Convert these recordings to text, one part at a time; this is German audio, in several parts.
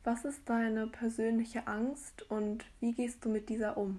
Was ist deine persönliche Angst und wie gehst du mit dieser um?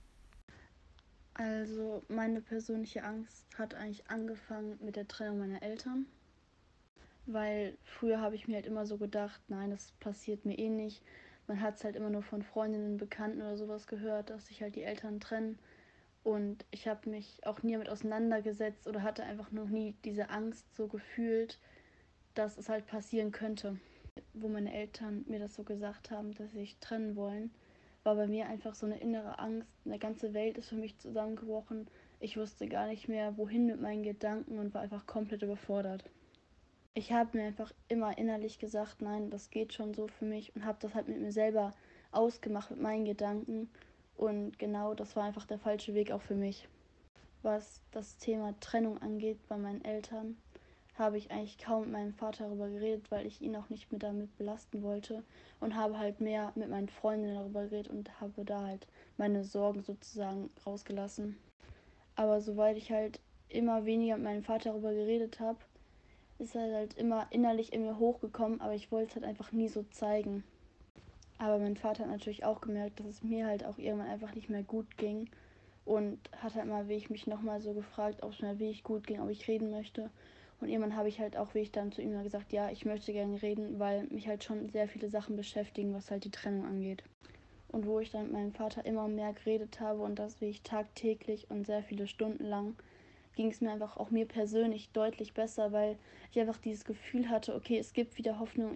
Also meine persönliche Angst hat eigentlich angefangen mit der Trennung meiner Eltern, weil früher habe ich mir halt immer so gedacht, nein, das passiert mir eh nicht. Man hat es halt immer nur von Freundinnen, Bekannten oder sowas gehört, dass sich halt die Eltern trennen. Und ich habe mich auch nie damit auseinandergesetzt oder hatte einfach noch nie diese Angst so gefühlt, dass es halt passieren könnte. Wo meine Eltern mir das so gesagt haben, dass sie sich trennen wollen, war bei mir einfach so eine innere Angst. Eine ganze Welt ist für mich zusammengebrochen. Ich wusste gar nicht mehr, wohin mit meinen Gedanken und war einfach komplett überfordert. Ich habe mir einfach immer innerlich gesagt, nein, das geht schon so für mich und habe das halt mit mir selber ausgemacht, mit meinen Gedanken. Und genau das war einfach der falsche Weg auch für mich. Was das Thema Trennung angeht bei meinen Eltern, habe ich eigentlich kaum mit meinem Vater darüber geredet, weil ich ihn auch nicht mehr damit belasten wollte und habe halt mehr mit meinen Freundinnen darüber geredet und habe da halt meine Sorgen sozusagen rausgelassen. Aber soweit ich halt immer weniger mit meinem Vater darüber geredet habe, ist er halt immer innerlich in mir hochgekommen, aber ich wollte es halt einfach nie so zeigen. Aber mein Vater hat natürlich auch gemerkt, dass es mir halt auch irgendwann einfach nicht mehr gut ging und hat halt mal, wie ich mich nochmal so gefragt, ob es mir wirklich gut ging, ob ich reden möchte. Und irgendwann habe ich halt auch, wie ich dann zu ihm gesagt, ja, ich möchte gerne reden, weil mich halt schon sehr viele Sachen beschäftigen, was halt die Trennung angeht. Und wo ich dann mit meinem Vater immer mehr geredet habe und das wie ich tagtäglich und sehr viele Stunden lang, ging es mir einfach auch mir persönlich deutlich besser, weil ich einfach dieses Gefühl hatte, okay, es gibt wieder Hoffnung,